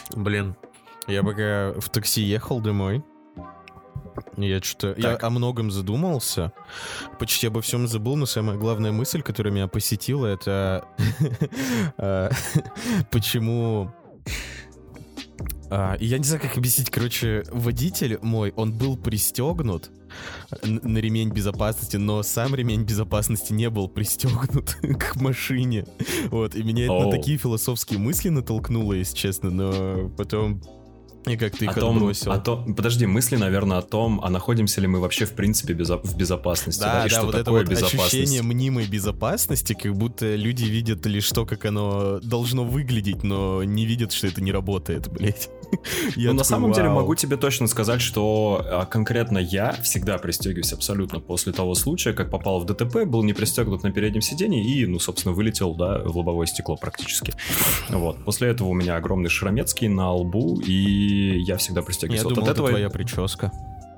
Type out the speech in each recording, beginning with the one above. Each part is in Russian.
Блин, я пока в такси ехал домой, я о многом задумался, почти обо всем забыл, но самая главная мысль, которая меня посетила, это почему... Я не знаю, как объяснить, водитель мой, он был пристегнут на ремень безопасности, но сам ремень безопасности не был пристегнут к машине. Вот, и меня это на такие философские мысли натолкнуло, если честно, но потом... И как ты их отбросил. Подожди, мысли, наверное, о том, а находимся ли мы вообще в принципе в безопасности. Да, и что вот такое это вот безопасность. ощущение мнимой безопасности, как будто люди видят лишь то, как оно должно выглядеть, но не видят, что это не работает, блять. На самом деле могу тебе точно сказать, что конкретно я всегда пристегиваюсь абсолютно после того случая, как попал в ДТП, был не пристегнут на переднем сидении и, собственно, вылетел, в лобовое стекло практически. Вот. После этого у меня огромный шрамецкий на лбу, и я всегда пристегиваюсь. Я думал, это твоя прическа.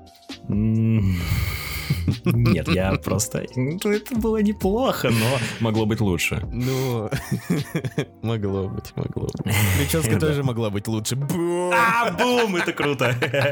Нет, я просто... Это было неплохо, но могло быть лучше. Могло быть. Прическа тоже могла быть лучше. Бум, это круто.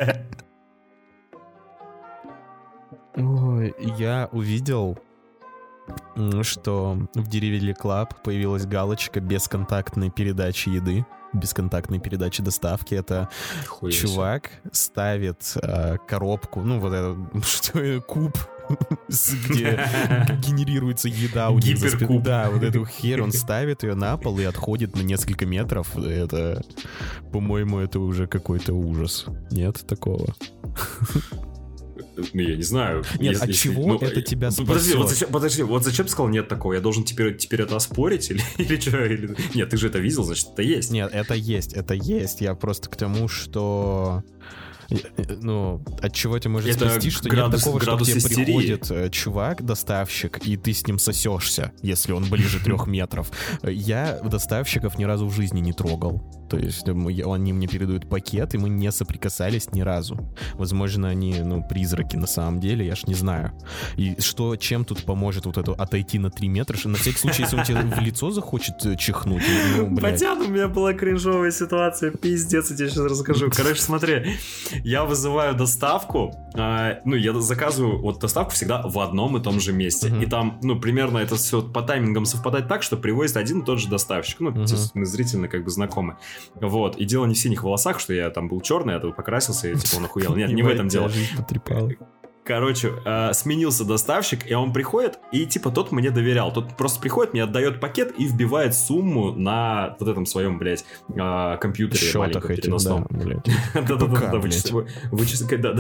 Ой, я увидел, что в Delivery Club появилась галочка бесконтактной передачи еды, бесконтактной передачи доставки. Это чувак ставит коробку, куб, где генерируется еда у них за спиной. Да, вот эту херь, он ставит ее на пол и отходит на несколько метров. Это, по-моему, это уже какой-то ужас. Нет такого? Я не знаю. Нет, от чего это тебя спасет? Подожди, вот зачем ты сказал нет такого? Я должен теперь это оспорить? Или что? Нет, ты же это видел, значит, это есть. Нет, это есть. Я просто к тому, что... от чего тебя может спасти, что нет такого, что к тебе приходит чувак, доставщик, и ты с ним сосешься, если он ближе 3 метров. Я доставщиков ни разу в жизни не трогал. То есть они мне передают пакет, и мы не соприкасались ни разу. Возможно, они, призраки на самом деле, я ж не знаю. И чем тут поможет вот это отойти на 3 метра? На всякий случай, если он тебе в лицо захочет чихнуть. Батян, у меня была кринжовая ситуация, пиздец, я тебе сейчас расскажу. Короче, смотри, я вызываю доставку, я заказываю доставку всега в одном и том же месте. И там, примерно это все по таймингам совпадает так, что привозит один и тот же доставщик. Мы зрительно как бы знакомы. Вот. И дело не в синих волосах, что я там был черный, а тут покрасился, и он охуел. Нет, не в этом дело. Короче, сменился доставщик, и он приходит, и тот мне доверял. Тот просто приходит, мне отдает пакет и вбивает сумму на вот этом своем, компьютере маленьком переносном. Да-да-да, вычислить, да.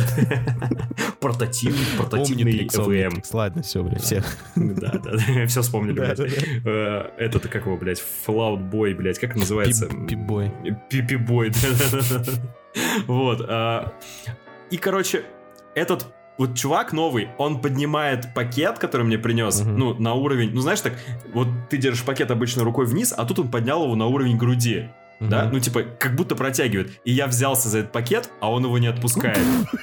Портативный ЭВМ. Ладно, все, блядь, все. Да, все вспомнили, блядь. Это как его, блядь, Fallout Boy, блядь, как называется? Пип-бой. Пип-бой, да. Вот. И, короче, этот... чувак новый, он поднимает пакет, который мне принес, на уровень... знаешь, так, вот ты держишь пакет обычно рукой вниз, а тут он поднял его на уровень груди. Да? Как будто протягивает. И я взялся за этот пакет, а он его не отпускает.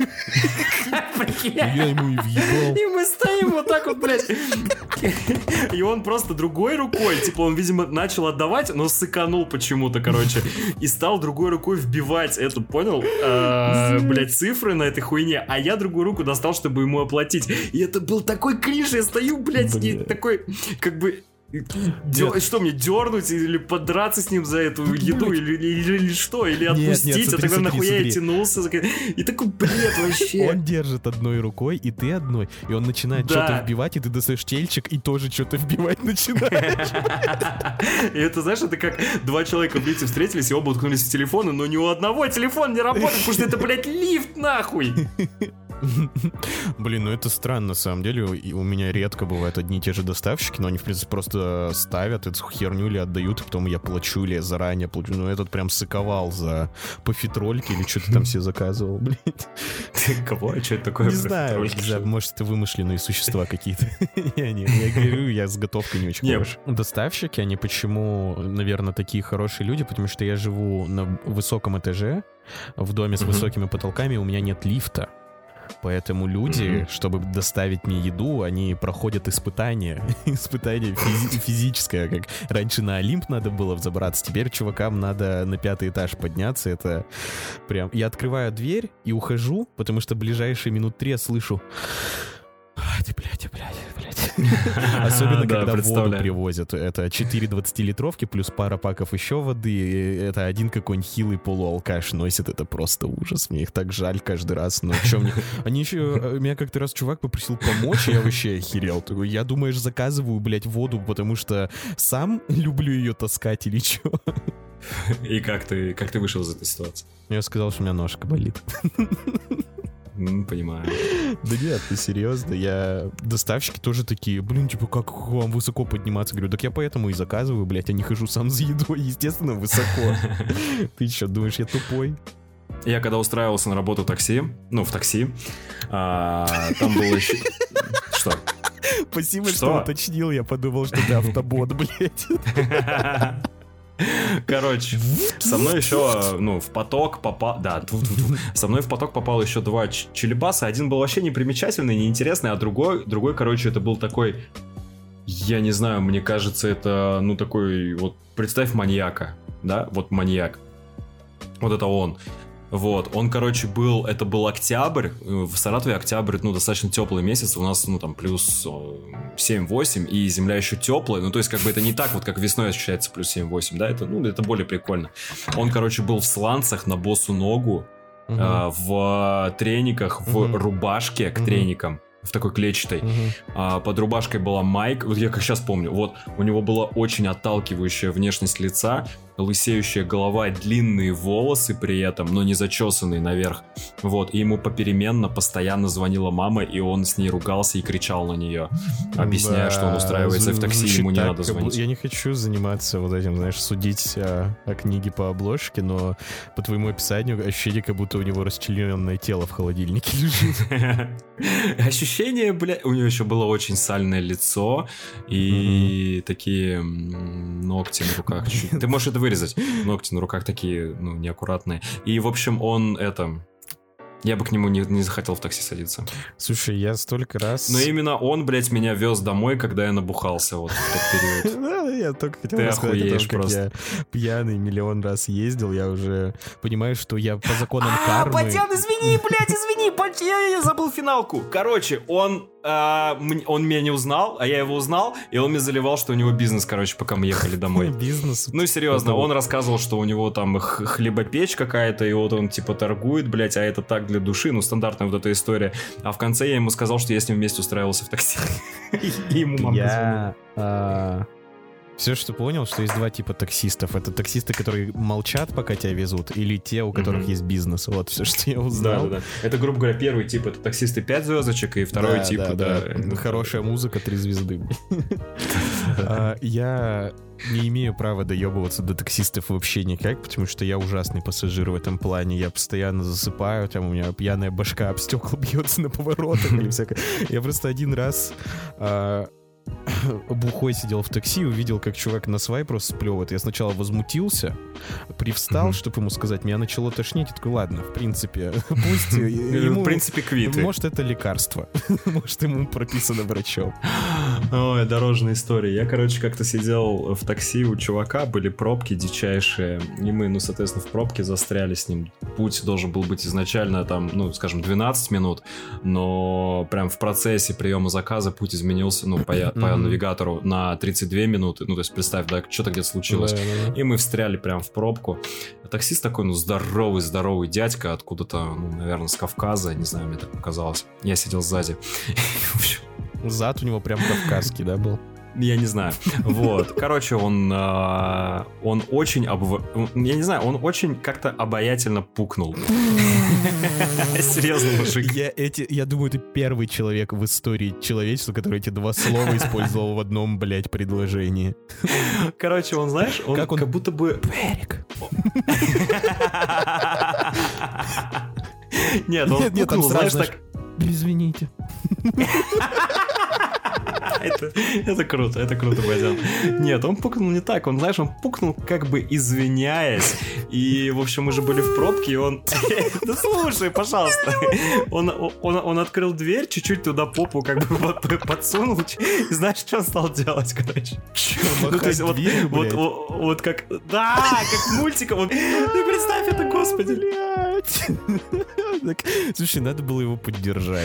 Я ему и въебал. И мы стоим вот так вот, блядь. И он просто другой рукой, он, видимо, начал отдавать, но сыканул почему-то, короче. И стал другой рукой вбивать понял? Блядь, цифры на этой хуйне. А я другую руку достал, чтобы ему оплатить. И это был такой кринж, я стою, блядь, и такой, как бы... Что мне, дернуть или подраться с ним за эту еду, или что, или отпустить, а тогда нахуя я тянулся, и такой бред вообще. Он держит одной рукой, и ты одной, и он начинает что-то вбивать, и ты достаешь тельчик, и тоже что-то вбивать начинаешь. И это, знаешь, это как два человека в лифте встретились, и оба уткнулись в телефоны, но ни у одного телефон не работает, потому что это, блядь, лифт нахуй. Блин, это странно, на самом деле. У меня редко бывают одни и те же доставщики, но они, в принципе, просто ставят эту херню или отдают, и потом я плачу, или я заранее плачу. Ну, этот прям сыковал за пофитрольки или что-то там себе заказывал, блядь. Кого? А что это такое? Не знаю, может, это вымышленные существа какие-то. Я говорю, я с готовкой не очень хорош. Доставщики, они почему, наверное, такие хорошие люди, потому что я живу на высоком этаже, в доме с высокими потолками, у меня нет лифта. Поэтому люди, чтобы доставить мне еду, они проходят испытания. Испытание физическое, как раньше на Олимп надо было взобраться, теперь чувакам надо на 5-й этаж подняться. Это прям... Я открываю дверь и ухожу, потому что ближайшие минут 3 я слышу... Блядь. Особенно, когда воду привозят. Это 4 20-литровки плюс пара паков еще воды. Это один какой-нибудь хилый полуалкаш носит. Это просто ужас. Мне их так жаль каждый раз. Но что мне... Они еще... Меня как-то раз чувак попросил помочь, я вообще охерел. Я, думаешь, заказываю, блядь, воду, потому что сам люблю ее таскать или что? И как ты вышел из этой ситуации? Я сказал, что у меня ножка болит. Понимаю. Да нет, ты серьезно? Доставщики тоже такие, блин, типа, как вам высоко подниматься? Говорю, так я поэтому и заказываю, блядь, а не хожу сам за едой, естественно, высоко. Ты что, думаешь, я тупой? Я когда устраивался на работу в такси, там было еще... Что? Спасибо, что уточнил, я подумал, что ты автобот, блядь. Короче, со мной еще, в поток попал... Да, со мной в поток попало еще 2 челебаса. Один был вообще непримечательный, неинтересный, а другой, короче, это был такой... Я не знаю, мне кажется, это, такой... Вот, представь маньяка, да? Вот маньяк. Вот это он. Вот, он, короче, это был октябрь, в Саратове октябрь, достаточно теплый месяц, у нас, там, плюс 7-8, и земля еще теплая, то есть, как бы, это не так, вот, как весной ощущается плюс 7-8, да, это более прикольно. Он, короче, был в сланцах на босу ногу, в трениках, в рубашке к треникам, в такой клетчатой. Под рубашкой была майка, вот я как сейчас помню, вот, у него была очень отталкивающая внешность лица, лысеющая голова, длинные волосы при этом, но не зачесанные наверх. Вот, и ему попеременно постоянно звонила мама, и он с ней ругался и кричал на нее, объясняя, что он устраивается в такси, ему не надо звонить. Я не хочу заниматься вот этим, знаешь, судить о книге по обложке, но по твоему описанию ощущение, как будто у него расчлененное тело в холодильнике лежит. Ощущение, бля, у него еще было очень сальное лицо и такие ногти на руках. Ты можешь это вырезать. Ногти на руках такие, неаккуратные. И, в общем, он Я бы к нему не захотел в такси садиться. Слушай, я столько раз... Но именно он, блядь, меня вез домой, когда я набухался вот в тот период. Да, я только хотел рассказать о том, как я пьяный миллион раз ездил. Я уже понимаю, что я по законам кармы... Батян, извини, я забыл финалку. Короче, он меня не узнал, а я его узнал, и он мне заливал, что у него бизнес, пока мы ехали домой. Бизнес? Серьезно, он рассказывал, что у него там хлебопечь какая-то, и вот он типа торгует, блядь, а это так для души, стандартная вот эта история. А в конце я ему сказал, что я с ним вместе устраивался в такси. И ему мама позвонила. Все, что понял, что есть 2 типа таксистов. Это таксисты, которые молчат, пока тебя везут, или те, у которых есть бизнес. Вот все, что я узнал. Да. Это, грубо говоря, первый тип — это таксисты 5 звездочек, и второй тип... Хорошая музыка, 3 звезды. Я не имею права доебываться до таксистов вообще никак, потому что я ужасный пассажир в этом плане. Я постоянно засыпаю, там у меня пьяная башка об стекла бьется на поворотах или всякое. Я просто один раз... бухой сидел в такси, увидел, как чувак на свай просто сплевывает. Я сначала возмутился, привстал, чтобы ему сказать, меня начало тошнить. Я такой, ладно, в принципе, пусть ему... В принципе, квиты. Может, это лекарство. Может, ему прописано врачом. Ой, дорожная история. Я, как-то сидел в такси у чувака, были пробки дичайшие, и мы, соответственно, в пробке застряли с ним. Путь должен был быть изначально, там, скажем, 12 минут, но прям в процессе приема заказа путь изменился, по навигатору на 32 минуты. То есть, представь, да, что-то где-то случилось. Да. И мы встряли прям в пробку. Таксист такой, здоровый дядька, откуда-то, наверное, с Кавказа, не знаю, мне так показалось. Я сидел сзади. Зад у него прям кавказский, да, был? Я не знаю. Вот. Короче, он очень... Я не знаю, он очень как-то обаятельно пукнул. Серьезно, мужик. Я думаю, ты первый человек в истории человечества, который эти 2 слова использовал в одном, блядь, предложении. Короче, он, знаешь, он как будто бы... Берег. Нет, он пукнул, знаешь, так... Извините. Это круто, Бадян. Нет, он пукнул не так, он пукнул как бы извиняясь. И, в общем, мы же были в пробке, и он... Да слушай, пожалуйста. Он открыл дверь, чуть-чуть туда попу как бы подсунул. И знаешь, что он стал делать, короче? Ну, то есть вот как... Да, как мультиком. Ты представь это, господи. Слушай, надо было его поддержать.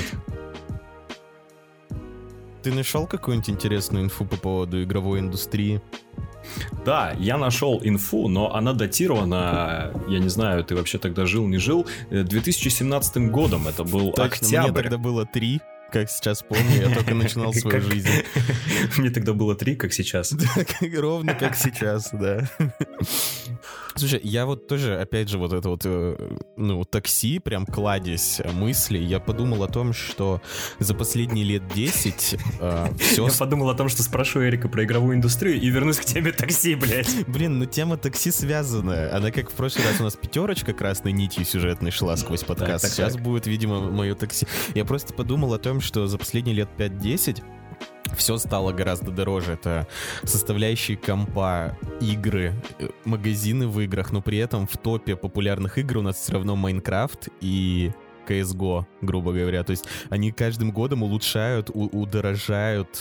Ты нашел какую-нибудь интересную инфу по поводу игровой индустрии? Да, я нашел инфу, но она датирована, я не знаю, ты вообще тогда жил, не жил, 2017 годом, это был октябрь. Мне тогда было 3, как сейчас помню, я только начинал свою жизнь. Мне тогда было 3, как сейчас. Ровно как сейчас, да. Слушай, я вот тоже, опять же, вот это вот, такси, прям кладезь мыслей, я подумал о том, что за последние лет 10 все... Я подумал о том, что спрошу Эрика про игровую индустрию и вернусь к теме такси, блядь. Блин, тема такси связана. Она как в прошлый раз у нас 5 красной нитью сюжетной шла сквозь подкаст. Сейчас будет, видимо, мое такси. Я просто подумал о том, что за последние лет 5-10 все стало гораздо дороже. Это составляющие компа, игры, магазины в играх, но при этом в топе популярных игр у нас все равно Майнкрафт и CSGO, грубо говоря. То есть они каждым годом улучшают, удорожают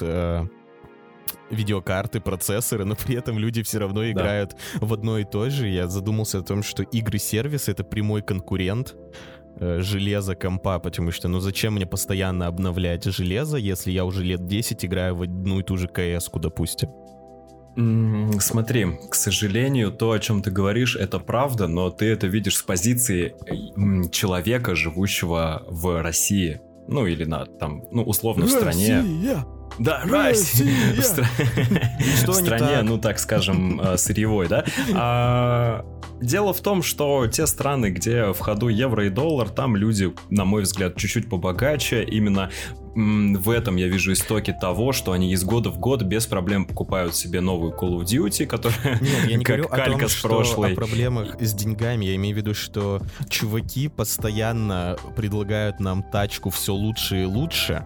видеокарты, процессоры, но при этом люди все равно играют в одно и то же. Я задумался о том, что игры-сервисы — это прямой конкурент железо компа, потому что, зачем мне постоянно обновлять железо, если я уже лет 10 играю в одну и ту же CS-ку, допустим? Смотри, к сожалению, то, о чем ты говоришь, это правда, но ты это видишь с позиции человека, живущего в России, условно в стране. Да, Россия! В стране, так скажем, сырьевой, да? Дело в том, что те страны, где в ходу евро и доллар, там люди, на мой взгляд, чуть-чуть побогаче. Именно в этом я вижу истоки того, что они из года в год без проблем покупают себе новую Call of Duty, которая я не как калька с прошлой. О проблемах с деньгами. Я имею в виду, что чуваки постоянно предлагают нам тачку все лучше и лучше,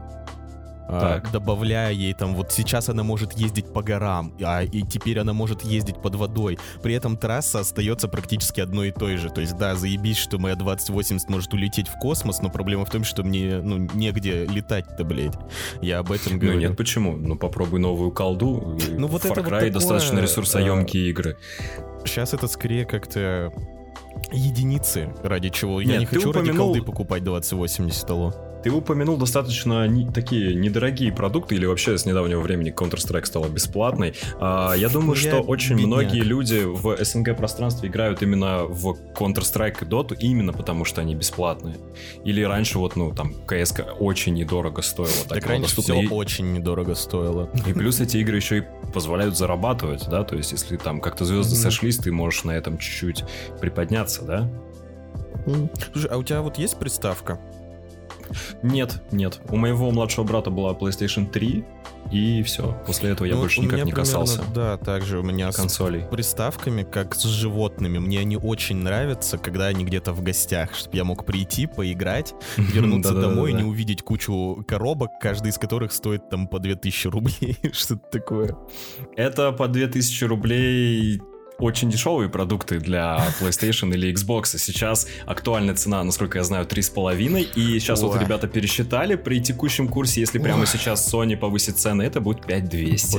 добавляя ей там, вот сейчас она может ездить по горам, и теперь она может ездить под водой. При этом трасса остается практически одной и той же. То есть, да, заебись, что моя 2080 может улететь в космос, но проблема в том, что мне, негде летать-то, блядь. Я об этом говорю. Нет, почему? Попробуй новую колду. Вот Far Cry вот достаточно ресурсоемкие игры. Сейчас это скорее как-то единицы, ради чего. Я не хочу ради колды покупать 2080, алло. Ты упомянул достаточно такие недорогие продукты, или вообще с недавнего времени Counter-Strike стала бесплатной. Я думаю, что очень многие люди в СНГ-пространстве играют именно в Counter-Strike и Dota именно потому, что они бесплатные. Или раньше CS очень недорого стоила. Так раньше все очень недорого стоило. И плюс эти игры еще и позволяют зарабатывать, да, то есть если там как-то звезды сошлись, ты можешь на этом чуть-чуть приподняться, да? Слушай, а у тебя вот есть приставка? Нет. У моего младшего брата была PlayStation 3, и все. После этого я больше никак не касался. Да, также у меня консолей. С приставками, как с животными. Мне они очень нравятся, когда они где-то в гостях, чтобы я мог прийти, поиграть, вернуться домой и не увидеть кучу коробок, каждый из которых стоит там по 2000 рублей. Что-то такое. Это по 2000 рублей... очень дешевые продукты для PlayStation или Xbox. Сейчас актуальная цена, насколько я знаю, 3,5. И сейчас вот ребята пересчитали при текущем курсе, если прямо сейчас Sony повысит цены, это будет 5200.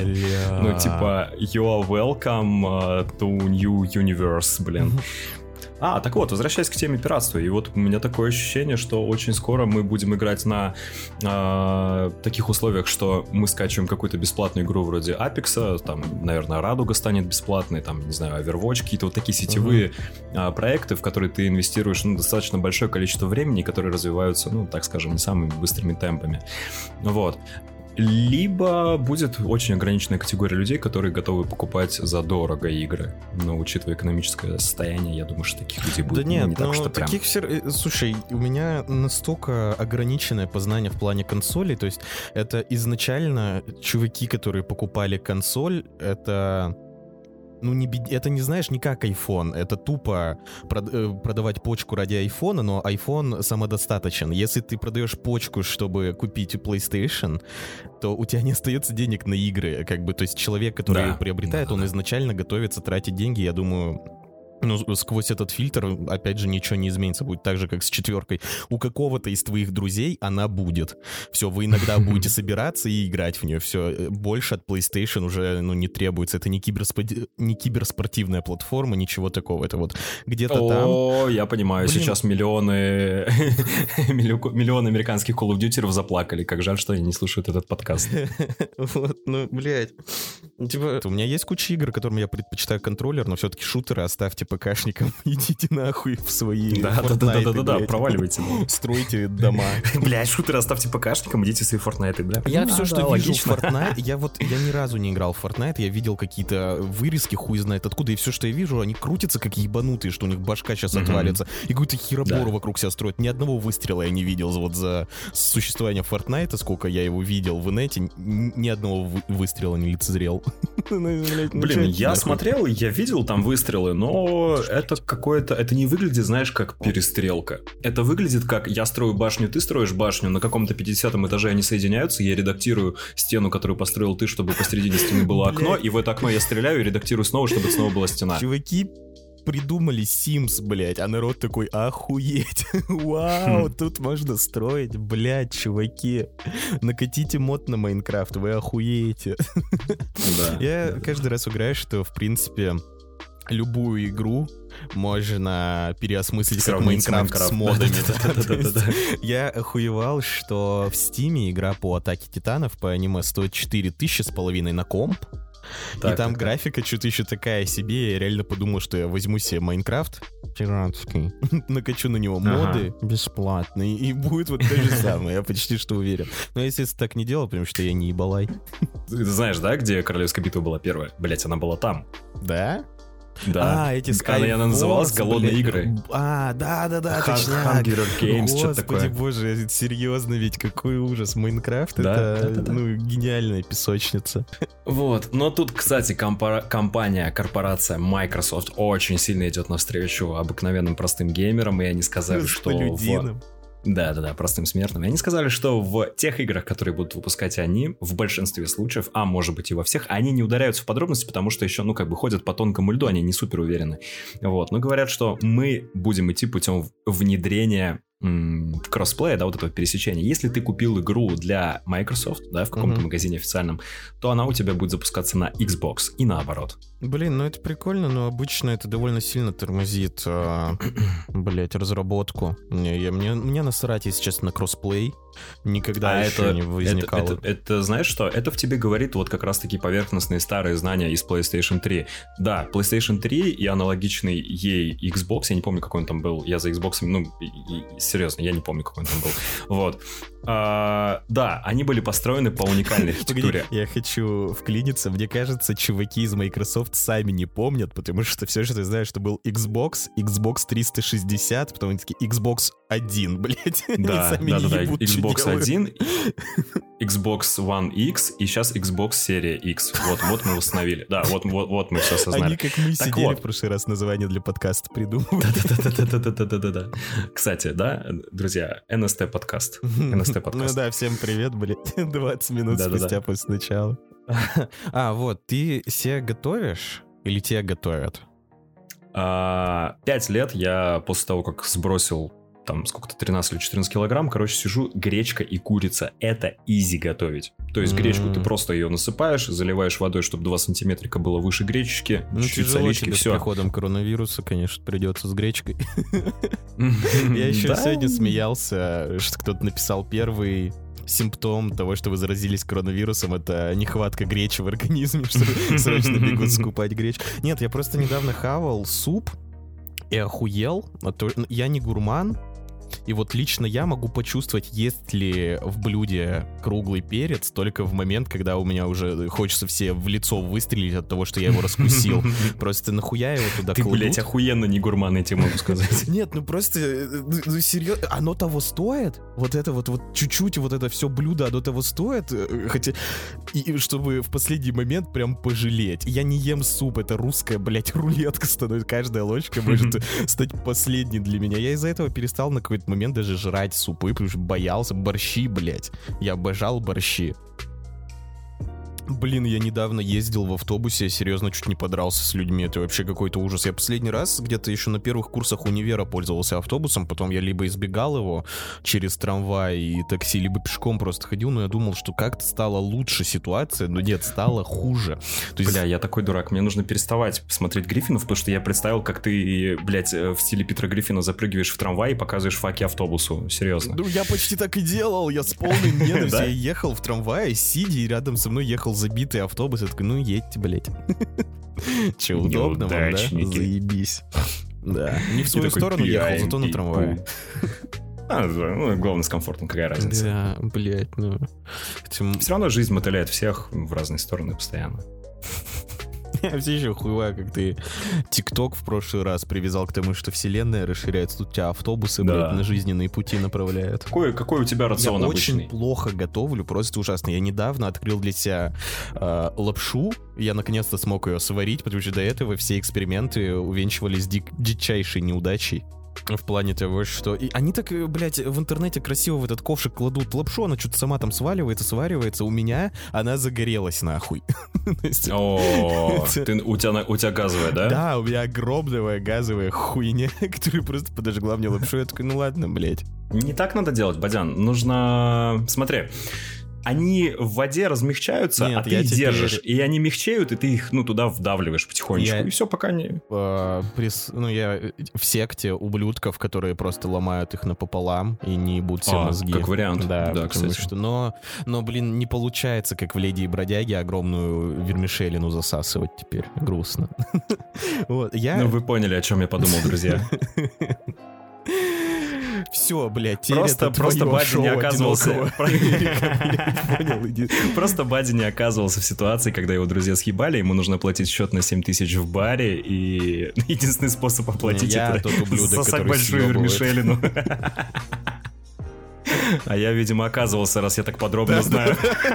You are welcome to new universe, блин. Так вот, возвращаясь к теме пиратства, и вот у меня такое ощущение, что очень скоро мы будем играть на таких условиях, что мы скачиваем какую-то бесплатную игру вроде Apex, там, наверное, Радуга станет бесплатной, там, не знаю, Overwatch, какие-то вот такие сетевые проекты, в которые ты инвестируешь достаточно большое количество времени, которые развиваются, так скажем, не самыми быстрыми темпами. Вот. Либо будет очень ограниченная категория людей, которые готовы покупать задорого игры. Но учитывая экономическое состояние, я думаю, что таких людей будет не так, что прям... Слушай, у меня настолько ограниченное познание в плане консолей, то есть это изначально чуваки, которые покупали консоль, это... это не, знаешь, не как iPhone. Это тупо продавать почку ради iPhone, но iPhone самодостаточен. Если ты продаешь почку, чтобы купить PlayStation, то у тебя не остается денег на игры. Как бы, то есть человек, который ее приобретает, он изначально готовится тратить деньги, я думаю... сквозь этот фильтр, опять же, ничего не изменится. Будет так же, как с 4. У какого-то из твоих друзей она будет. Все, вы иногда будете собираться и играть в нее. Все, больше от PlayStation уже не требуется. Это не киберспортивная платформа, ничего такого. Это вот где-то там... О, я понимаю. Сейчас миллионы американских Call of Duty заплакали. Как жаль, что они не слушают этот подкаст. Вот, блядь. Типа, у меня есть куча игр, которым я предпочитаю контроллер, но все-таки шутеры оставьте ПКшникам, идите нахуй в свои Fortnite. Да, проваливайте. Стройте дома. Блядь, шутеры оставьте ПКшникам, идите в свои Fortnite, бля. Я все, что вижу в Fortnite, я ни разу не играл в Fortnite, я видел какие-то вырезки, хуй знает откуда, и все, что я вижу, они крутятся как ебанутые, что у них башка сейчас отвалится, и какую-то херобору вокруг себя строят. Ни одного выстрела я не видел вот за существование Fortnite, сколько я его видел в инете, ни одного выстрела не лицезрел. Блин, я смотрел, я видел там выстрелы, но это какое-то... Это не выглядит, знаешь, как перестрелка. Это выглядит как я строю башню, ты строишь башню, на каком-то 50-м этаже они соединяются, я редактирую стену, которую построил ты, чтобы посередине стены было окно, и в это окно я стреляю и редактирую снова, чтобы снова была стена. Чуваки придумали Sims, блядь, а народ такой, охуеть, вау, тут можно строить, блядь, чуваки, накатите мод на Майнкрафт, вы охуеете. Я каждый раз играю, что, в принципе, любую игру можно переосмыслить как Майнкрафт с модами. Я охуевал, что в Стиме игра по Атаке Титанов по аниме стоит 4500 на комп. И там графика что-то еще такая себе. Я реально подумал, что я возьму себе Майнкрафт пиратский, накачу на него моды бесплатные, и будет вот то же самое. Я почти что уверен. Но я, естественно, так не делал, потому что я не ебалай. Ты знаешь, да, где Королевская битва была первая? Блять, она была там. Да? Да. Эти Skyforce, она называлась «Голодные игры». Да, точно. Hunger Games, что-то такое. Господи боже, серьезно, ведь какой ужас. Майнкрафт — это гениальная песочница. Вот, но тут, кстати, корпорация Microsoft очень сильно идет навстречу обыкновенным простым геймерам, и они сказали, что... Да, простым смертным. И они сказали, что в тех играх, которые будут выпускать они, в большинстве случаев, а может быть и во всех, они не ударяются в подробности, потому что еще, ходят по тонкому льду, они не супер уверены. Вот, но говорят, что мы будем идти путем внедрения кроссплея, да, вот этого пересечения. Если ты купил игру для Microsoft, да, в каком-то магазине официальном, то она у тебя будет запускаться на Xbox и наоборот. Блин, это прикольно, но обычно это довольно сильно тормозит, разработку. Мне насрать, если честно, на кроссплей. Никогда еще не возникало. Это знаешь что? Это в тебе говорит вот как раз-таки поверхностные старые знания из PlayStation 3. Да, PlayStation 3 и аналогичный ей Xbox, я не помню, какой он там был, я за Xbox, серьезно, я не помню, какой он там был. Вот. Да, они были построены по уникальной архитектуре. Я хочу вклиниться. Мне кажется, чуваки из Microsoft сами не помнят, потому что все, что ты знаешь, что был Xbox 360, потом они такие Xbox 1, блядь. Да, Xbox 1, Xbox One X и сейчас Xbox серия X. Вот мы восстановили. Да, вот мы все осознали. Они, как мы сидели в прошлый раз, название для подкаста придумывали. Да. Кстати, да, друзья, NST подкаст. Ну да, всем привет, блядь. 20 минут спустя после начала. Вот, ты себе готовишь или тебя готовят? 5 лет я после того, как сбросил там сколько-то 13 или 14 килограмм, сижу, гречка и курица. Это изи готовить. То есть гречку ты просто ее насыпаешь, заливаешь водой, чтобы 2 сантиметрика было выше гречки, чуть-чуть солички, все. С приходом коронавируса, конечно, придется с гречкой. Я еще сегодня смеялся, что кто-то написал первый симптом того, что вы заразились коронавирусом, это нехватка гречи в организме, что срочно бегут скупать гречку. Нет, я просто недавно хавал суп и охуел. Я не гурман, И вот лично я могу почувствовать, есть ли в блюде круглый перец только в момент, когда у меня уже хочется все в лицо выстрелить от того, что я его раскусил. Просто нахуя его туда кладут? Ты, блядь, охуенно не гурман, я тебе могу сказать. Нет, ну просто, серьезно, оно того стоит? Вот это вот чуть-чуть, вот это все блюдо, оно того стоит? Хотя, и чтобы в последний момент прям пожалеть. Я не ем суп, это русская, блядь, рулетка становится. Каждая ложка может стать последней для меня. Я из-за этого перестал на какой-то момент даже жрать супы, потому что боялся. Борщи, блядь. Я обожал борщи. Блин, я недавно ездил в автобусе, серьезно, чуть не подрался с людьми, это вообще какой-то ужас. Я последний раз где-то еще на первых курсах универа пользовался автобусом, потом я либо избегал его через трамвай и такси, либо пешком просто ходил, но я думал, что как-то стала лучше ситуация, но нет, стало хуже. То есть... Бля, я такой дурак, мне нужно переставать смотреть Гриффинов, потому что я представил, как ты, блядь, в стиле Питера Гриффина запрыгиваешь в трамвай и показываешь факи автобусу, серьезно. Ну, я почти так и делал, я с полной ненавистью, я ехал в трамвае, сидя, и рядом со мной ехал забитый автобус, я такой, ну едьте, блядь. Че, удобно вам, да? Заебись. Да. Не в свою сторону ехал, зато на трамвае. Ну, главное, с комфортом, какая разница. Да, блядь, ну... Все равно жизнь мотыляет всех в разные стороны постоянно. Я все еще хуеваю, как ты ТикТок в прошлый раз привязал к тому, что вселенная расширяется. Тут тебя автобусы, блядь, на жизненные пути направляют. Какой у тебя рацион обычный? Я очень плохо готовлю, просто ужасно. Я недавно открыл для себя лапшу. Я наконец-то смог ее сварить, потому что до этого все эксперименты увенчивались дичайшей неудачей. В плане того, что... И они так, блядь, в интернете красиво в этот ковшик кладут лапшу, она что-то сама там сваливается, сваривается. У меня она загорелась нахуй. О, у тебя газовая, да? Да, у меня огромная газовая хуйня, которая просто подожгла мне лапшу. Я такой, ну ладно, блядь. Не так надо делать, Бадян. Нужно... Смотри. Они в воде размягчаются, а ты их держишь. И они мягчеют, и ты их, туда вдавливаешь потихонечку. И все, пока не... Я в секте ублюдков, которые просто ломают их напополам и не ебут все мозги. Как вариант. Да, кстати. Что, но, блин, не получается, как в «Леди и бродяге», огромную вермишелину засасывать теперь. Грустно. Ну, вы поняли, о чем я подумал, друзья. Все, блядь, просто Бадди не оказывался. Просто Бадди не оказывался в ситуации, когда его друзья съебали, ему нужно платить счет на 7 тысяч в баре, и единственный способ оплатить это сосать большую вермишелину. А я, видимо, оказывался, раз я так подробно знаю.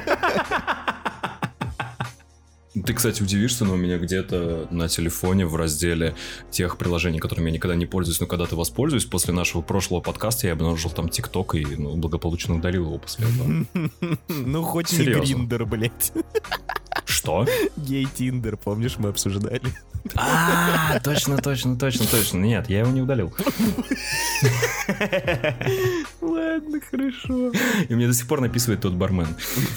Ты, кстати, удивишься, но у меня где-то на телефоне в разделе тех приложений, которыми я никогда не пользуюсь, но когда-то воспользуюсь, после нашего прошлого подкаста я обнаружил там ТикТок и благополучно удалил его после этого. Ну, хоть не Гриндер, блядь. Что? Гей-Тиндер, помнишь, мы обсуждали? Точно. Нет, я его не удалил. Ладно, хорошо. И мне до сих пор написывает тот бармен.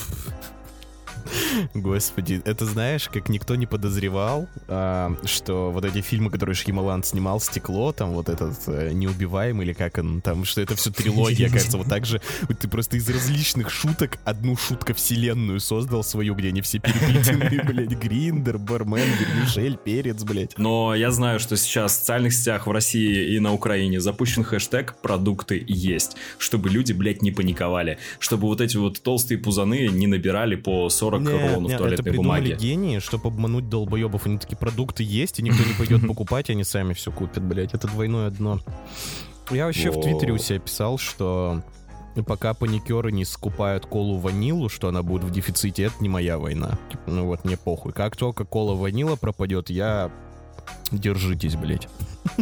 Господи, это знаешь, как никто не подозревал, что вот эти фильмы, которые Шьямалан снимал, «Стекло», там вот этот «Неубиваемый» или как он там, что это все трилогия, кажется, вот так же ты просто из различных шуток одну шутка-вселенную создал свою, где они все переплетены, блядь, Гриндер, бармен, вермишель, перец, блядь. Но я знаю, что сейчас в социальных сетях в России и на Украине запущен хэштег «Продукты есть», чтобы люди, блядь, не паниковали, чтобы вот эти вот толстые пузаны не набирали по 40 рулонов туалетной бумаги. Это гении, чтобы обмануть долбоебов. Они такие, продукты есть, и никто не пойдет покупать, они сами все купят, блядь. Это двойное дно. Я вообще в Твиттере у себя писал, что пока паникеры не скупают колу ванилу, что она будет в дефиците, это не моя война. Ну вот, мне похуй. Как только кола ванила пропадет, держитесь, блядь.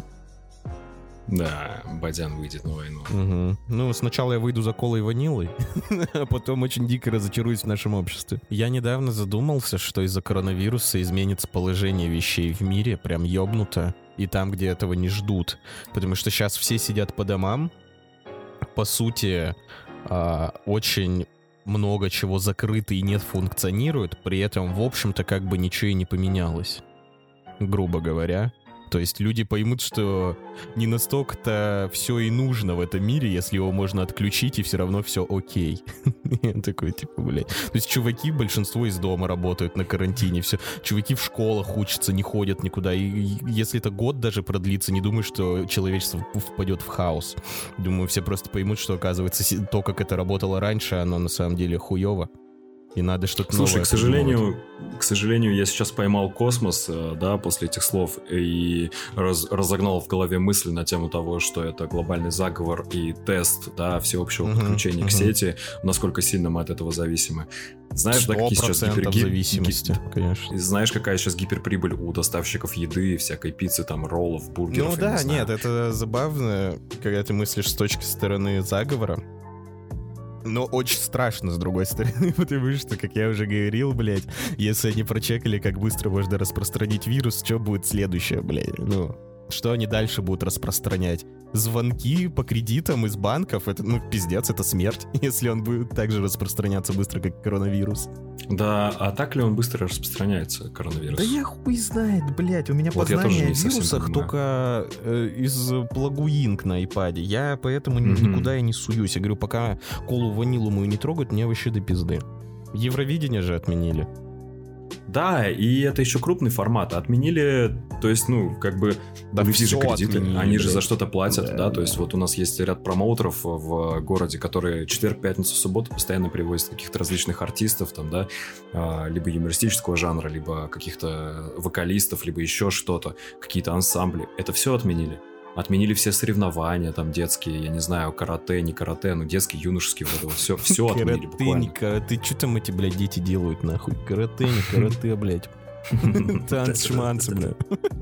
Да, Бадян выйдет на войну. Угу. Ну, сначала я выйду за колой ванилой, а потом очень дико разочаруюсь в нашем обществе. Я недавно задумался, что из-за коронавируса изменится положение вещей в мире, прям ёбнуто, и там, где этого не ждут. Потому что сейчас все сидят по домам, по сути, очень много чего закрыто и не функционирует, при этом, в общем-то, как бы ничего и не поменялось, грубо говоря. То есть люди поймут, что не настолько-то все и нужно в этом мире, если его можно отключить, и все равно все окей. Я такой, типа, блядь. То есть чуваки, большинство из дома работают на карантине, все. Чуваки в школах учатся, не ходят никуда. И если это год даже продлится, не думаю, что человечество впадет в хаос. Думаю, все просто поймут, что, оказывается, то, как это работало раньше, оно на самом деле хуево. И надо что-то новое. Слушай, к сожалению, я сейчас поймал космос, да, после этих слов, и разогнал в голове мысль на тему того, что это глобальный заговор и тест, да, всеобщего подключения к сети, насколько сильно мы от этого зависимы. Знаешь, да, какие сейчас зависимости, конечно. Знаешь, какая сейчас гиперприбыль у доставщиков еды, всякой пиццы, там, роллов, бургеров? Ну да, нет, это забавно, когда ты мыслишь с точки стороны заговора. Но очень страшно, с другой стороны, потому что, как я уже говорил, блядь, если они прочекали, как быстро можно распространить вирус, что будет следующее, блядь? Ну, что они дальше будут распространять? Звонки по кредитам из банков, это, ну, пиздец, это смерть, если он будет так же распространяться быстро, как коронавирус. Да, а так ли он быстро распространяется, коронавирус? Да я хуй знает, блядь, у меня вот познание о вирусах только из плагуинг на iPad, я поэтому никуда и не суюсь. Я говорю, пока колу ванилу мою не трогают, мне вообще до пизды. Евровидение же отменили. Да, и это еще крупный формат. Отменили, то есть, ну, как бы, да, люди же кредиты, отменили, они же за что-то платят, да, то есть вот у нас есть ряд промоутеров в городе, которые четверг, пятницу, субботу постоянно привозят каких-то различных артистов, там, да, либо юмористического жанра, либо каких-то вокалистов, либо еще что-то, какие-то ансамбли. Это все отменили. Отменили все соревнования, там, детские, я не знаю, карате, не карате, ну, детские, юношеские, вот это вот, все отменили буквально. Карате, что там эти, блядь, дети делают, нахуй? Карате, не карате, блядь. Танцы-шманцы, блядь.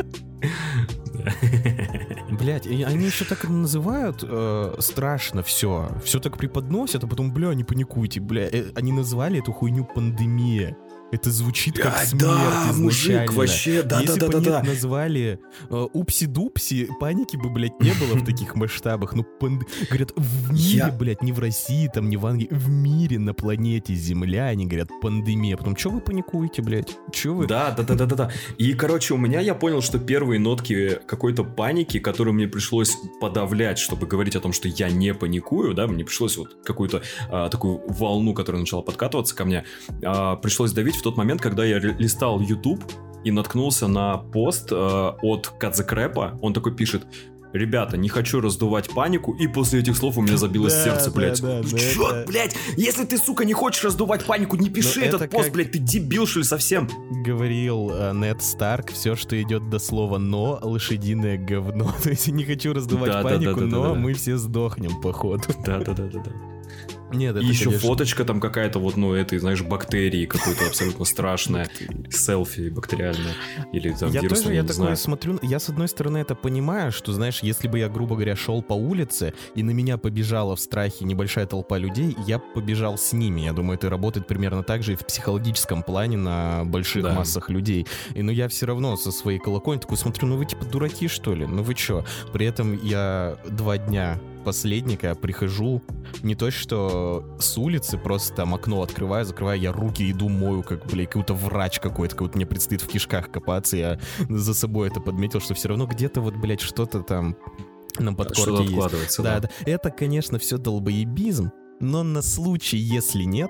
Блядь, они еще так называют, страшно все так преподносят, а потом, бля, не паникуйте, бля, они назвали эту хуйню пандемия. Это звучит как смерть изначально. Мужик, вообще, да. Если бы они назвали упси-дупси, паники бы, блядь, не было в таких масштабах. Ну, говорят, в мире, блядь, не в России, там, не в Англии, в мире, на планете Земля, они говорят, пандемия. Потом, что вы паникуете, блядь? Че вы? Да. И, короче, я понял, что первые нотки какой-то паники, которую мне пришлось подавлять, чтобы говорить о том, что я не паникую, да, мне пришлось вот какую-то такую волну, которая начала подкатываться ко мне, пришлось давить в тот момент, когда я листал YouTube и наткнулся на пост от Кадзекрэпа. Он такой пишет: ребята, не хочу раздувать панику, и после этих слов у меня забилось сердце, блядь. Чё, блядь, если ты, сука, не хочешь раздувать панику, не пиши этот пост, блядь, ты дебил, что ли, совсем? Говорил Нед Старк, все, что идет до слова «но», лошадиное говно. То есть не хочу раздувать панику, но мы все сдохнем, походу. Да. Нет, это, и еще конечно... фоточка там какая-то вот, ну, этой, знаешь, бактерии какой-то абсолютно страшная, селфи бактериальное, или там вирусное, я не знаю. Я смотрю, я с одной стороны это понимаю, что, знаешь, если бы я, грубо говоря, шел по улице, и на меня побежала в страхе небольшая толпа людей, я побежал с ними. Я думаю, это работает примерно так же и в психологическом плане на больших массах людей. Но я все равно со своей колокольни такой смотрю, ну вы типа дураки, что ли? Ну вы че? При этом я 2 дня последника прихожу, не то что с улицы, просто там окно открываю, закрываю, я руки иду мою, как, блядь, какой-то врач какой-то, как мне предстоит в кишках копаться, я за собой это подметил, что все равно где-то вот, блядь, что-то там на подкорке есть. Да. Это, конечно, все долбоебизм, но на случай, если нет,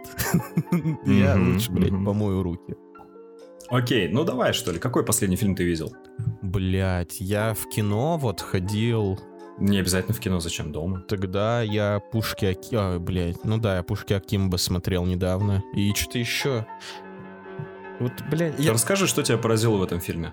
я лучше, блядь, помою руки. Окей, ну давай, что ли, какой последний фильм ты видел? Блядь, я в кино вот ходил... Не обязательно в кино, зачем дома? Тогда я «Пушки я «Пушки Акимбо» смотрел недавно. И что-то еще. Вот, блядь... Расскажи, что тебя поразило в этом фильме.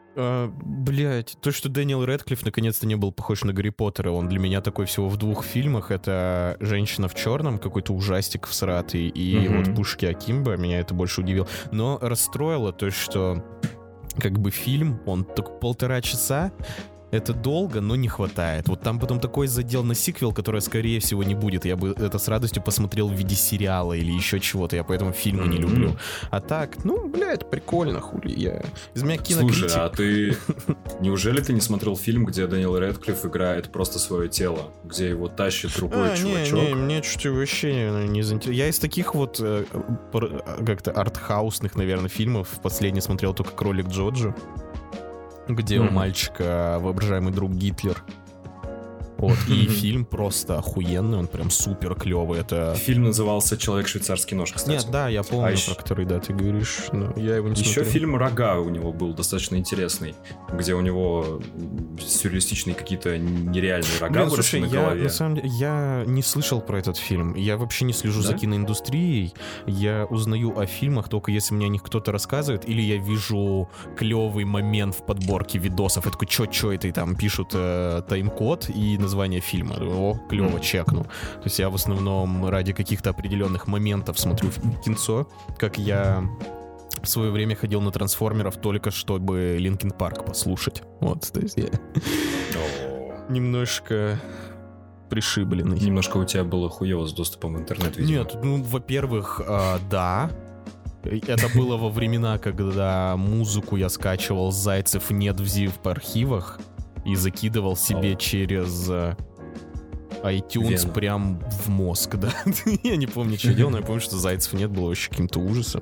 Блядь, то, что Дэниел Рэдклифф наконец-то не был похож на Гарри Поттера. Он для меня такой всего в 2 фильмах. Это «Женщина в черном», какой-то ужастик всратый, и вот «Пушки Акимбо». Меня это больше удивило. Но расстроило то, что как бы фильм, он только 1,5 часа. Это долго, но не хватает. Вот там потом такой задел на сиквел, который, скорее всего, не будет. Я бы это с радостью посмотрел в виде сериала или еще чего-то. Я поэтому фильмы не люблю. А так, ну, блядь, прикольно, хули. Я из меня кинокритик. Слушай, а ты... Неужели ты не смотрел фильм, где Дэниел Рэдклифф играет просто свое тело? Где его тащит другой чувачок? Не, мне что-то вообще не заинтересовало. Я из таких вот как-то артхаусных, наверное, фильмов последний смотрел только «Кролик Джоджо». где у мальчика воображаемый друг Гитлер. Вот, и фильм просто охуенный, он прям супер клевый. Это... Фильм назывался «Человек-швейцарский нож», кстати. Нет, да, я помню, про который, да, ты говоришь, но я его не смотрел. Еще фильм «Рога» у него был достаточно интересный, где у него сюрреалистичные какие-то нереальные рога выросли на голове. На самом деле, я не слышал про этот фильм. Я вообще не слежу за киноиндустрией. Я узнаю о фильмах только если мне о них кто-то рассказывает, или я вижу клевый момент в подборке видосов. Я такой, чё это, и там пишут тайм-код и название фильма. О, клево, чекну. То есть я в основном ради каких-то определенных моментов смотрю кинцо, как я в свое время ходил на трансформеров только чтобы Линкин Парк послушать. Вот, то есть я немножко пришибленный. Немножко у тебя было хуево с доступом в интернет, видимо. Нет, ну, во-первых, да. Это было во времена, когда музыку я скачивал с Зайцев нет в ZIP архивах и закидывал себе через iTunes прям в мозг, да. Я не помню, что делал, но я помню, что Зайцев нет было вообще каким-то ужасом.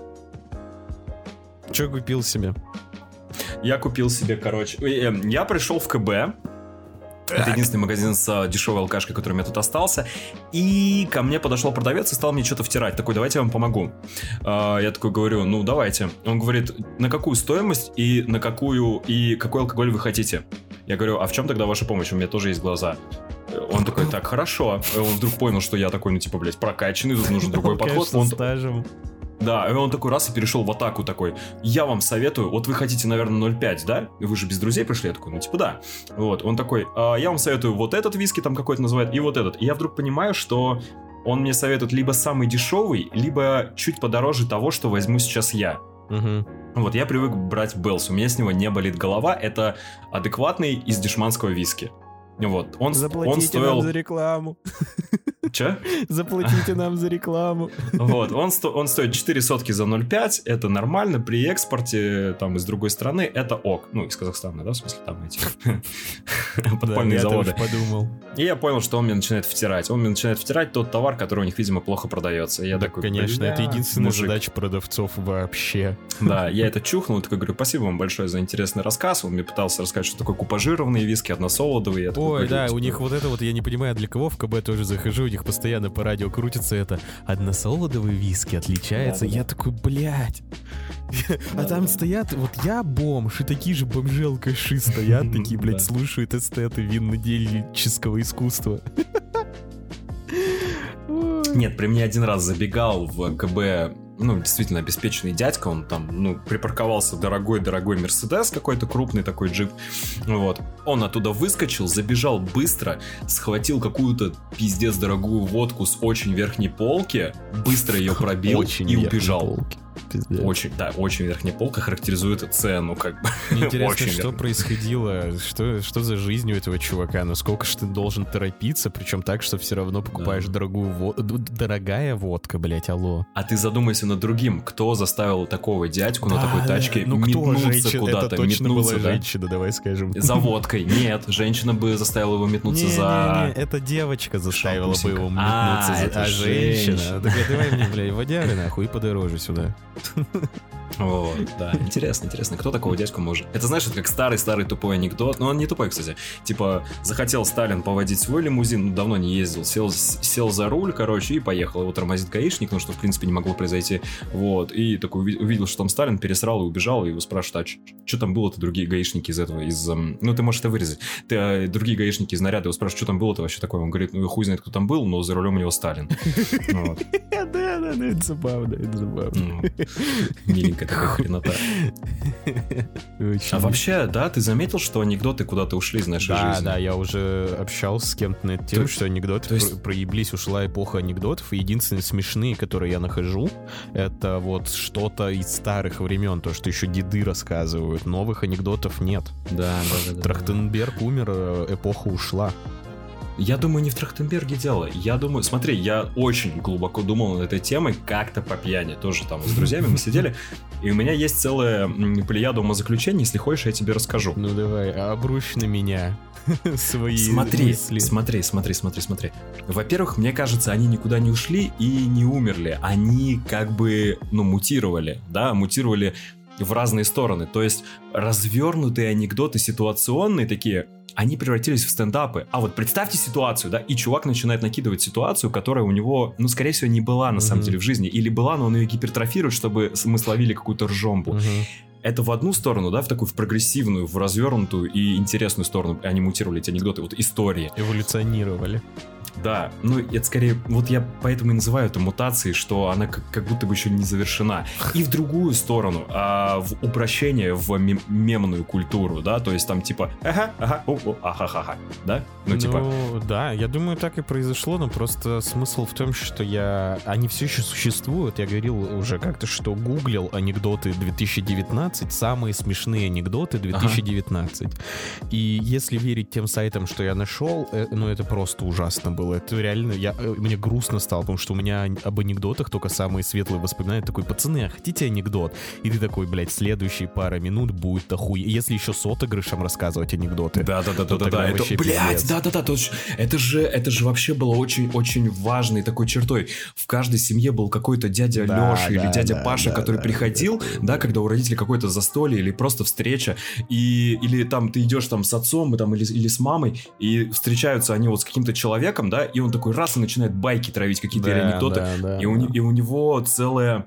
Что купил себе? Я купил себе, короче... Я пришел в КБ. Так. Это единственный магазин с дешевой алкашкой, который у меня тут остался. И ко мне подошел продавец и стал мне что-то втирать. Такой, давайте я вам помогу. Я такой говорю, ну давайте. Он говорит, на какую стоимость и на какую и какой алкоголь вы хотите? Я говорю, а в чем тогда ваша помощь? У меня тоже есть глаза. Он такой, так, хорошо. Он вдруг понял, что я такой, ну типа, блядь, прокачанный, тут нужен другой подход. Он стажем. Да, и он такой раз и перешел в атаку такой. Я вам советую, вот вы хотите, наверное, 0,5, да? Вы же без друзей пришли? Я такой, ну типа да. Вот, он такой, я вам советую вот этот виски там какой-то называет, и вот этот. И я вдруг понимаю, что он мне советует либо самый дешевый, либо чуть подороже того, что возьму сейчас я. Угу. Вот, я привык брать Беллс, у меня с него не болит голова, это адекватный из дешманского виски. Вот, Заплатите он стоил... нам за рекламу. Че? Заплатите нам за рекламу. Вот, он стоит 4 сотки за 0,5, это нормально, при экспорте, там, из другой страны, это ок. Ну, из Казахстана, да, в смысле, там эти подпольные заводы. Я тоже подумал. И я понял, что он мне начинает втирать. Он мне начинает втирать тот товар, который у них, видимо, плохо продается. И я такой, конечно, это единственная задача продавцов вообще. Да, я это чухнул, такой говорю, спасибо вам большое за интересный рассказ. Он мне пытался рассказать, что такое купажированные виски, односолодовые. Ой, да, у них вот это вот, я не понимаю, для кого в КБ тоже захожу, у них постоянно по радио крутится это односолодовые виски отличается. Я такой, блядь. А там стоят, вот я бомж, и такие же бомжи-алкаши стоят, такие, блядь, слушают эстеты винно-дельческого искусства. Нет, при мне один раз забегал в КБ, ну, действительно обеспеченный дядька, он там, ну, припарковался дорогой Мерседес какой-то, крупный такой джип, вот. Он оттуда выскочил, забежал быстро, схватил какую-то пиздец дорогую водку с очень верхней полки, быстро ее пробил и убежал. Очень, да, очень верхняя полка характеризует цену, как бы. Интересно, что происходило, что за жизнь у этого чувака, насколько же ты должен торопиться, причем так, что все равно покупаешь дорогая водка, блять, алло. А ты задумайся над другим, кто заставил такого дядьку на такой тачке метнуться куда-то, это точно была женщина, давай скажем. За водкой, нет, женщина бы заставила его метнуться за... Не, это девочка заставила бы его метнуться, а женщина. Давай мне, блядь, водяры нахуй и подороже сюда. Вот, да, интересно, кто такого дядьку может? Это, знаешь, это как старый тупой анекдот. Но он не тупой, кстати. Типа, захотел Сталин поводить свой лимузин, ну, давно не ездил, сел за руль, короче, и поехал. Его тормозит гаишник, ну, что, в принципе, не могло произойти. Вот, и такой увидел, что там Сталин, пересрал и убежал, и его спрашивают, а что там было-то другие гаишники из этого, ну, ты можешь это вырезать. Другие гаишники из наряда его спрашивают, что там было-то вообще такое? Он говорит, ну, хуй знает, кто там был, но за рулем у него Сталин. Да, это забавно. Миленькая такая хренота. А вообще, да, ты заметил, что анекдоты куда-то ушли из нашей жизни? Да, я уже общался с кем-то на эту тему, что анекдоты проеблись, ушла эпоха анекдотов, и единственные смешные, которые я нахожу, это вот что-то из старых времен, то, что еще деды рассказывают, новых анекдотов нет. Да. Трахтенберг умер, эпоха ушла. Я думаю, не в Трахтенберге дело. Я думаю, смотри, я очень глубоко думал над этой темой, как-то по пьяни. Тоже там с друзьями мы сидели. И у меня есть целая плеяда умозаключений. Если хочешь, я тебе расскажу. Ну давай, обрушь на меня свои мысли. Смотри. Во-первых, мне кажется, они никуда не ушли и не умерли. Они как бы, ну, мутировали, да? Мутировали в разные стороны. То есть развернутые анекдоты ситуационные такие, они превратились в стендапы. А вот представьте ситуацию, да, и чувак начинает накидывать ситуацию, которая у него, ну, скорее всего, не была на самом деле в жизни. Или была, но он ее гипертрофирует, чтобы мы словили какую-то ржомбу. Это в одну сторону, да, в такую, в прогрессивную, в развернутую и интересную сторону они мутировали эти анекдоты, вот истории. Эволюционировали. Да, ну это скорее, вот я поэтому и называю это мутацией, что она как будто бы еще не завершена. И в другую сторону, в упрощение в мемную культуру, да, то есть там типа ага, да? Ну типа... да, я думаю, так и произошло, но просто смысл в том, что они все еще существуют. Я говорил уже как-то, что гуглил анекдоты 2019, самые смешные анекдоты 2019. И если верить тем сайтам, что я нашел, ну это просто ужасно было. Это реально, мне грустно стало, потому что у меня об анекдотах только самые светлые воспоминания. Такой, пацаны, а хотите анекдот? И ты такой, блядь, следующие пара минут будет охуеть. Если еще с отыгрышем рассказывать анекдоты. Да. Это, блядь, да. Это же вообще было очень-очень важной такой чертой. В каждой семье был какой-то дядя Леша или дядя Паша, который приходил, да, когда у родителей какое-то застолье или просто встреча, или там ты идешь там с отцом или с мамой, и встречаются они вот с каким-то человеком, да, и он такой раз и начинает байки травить, какие-то анекдоты, и у него целая...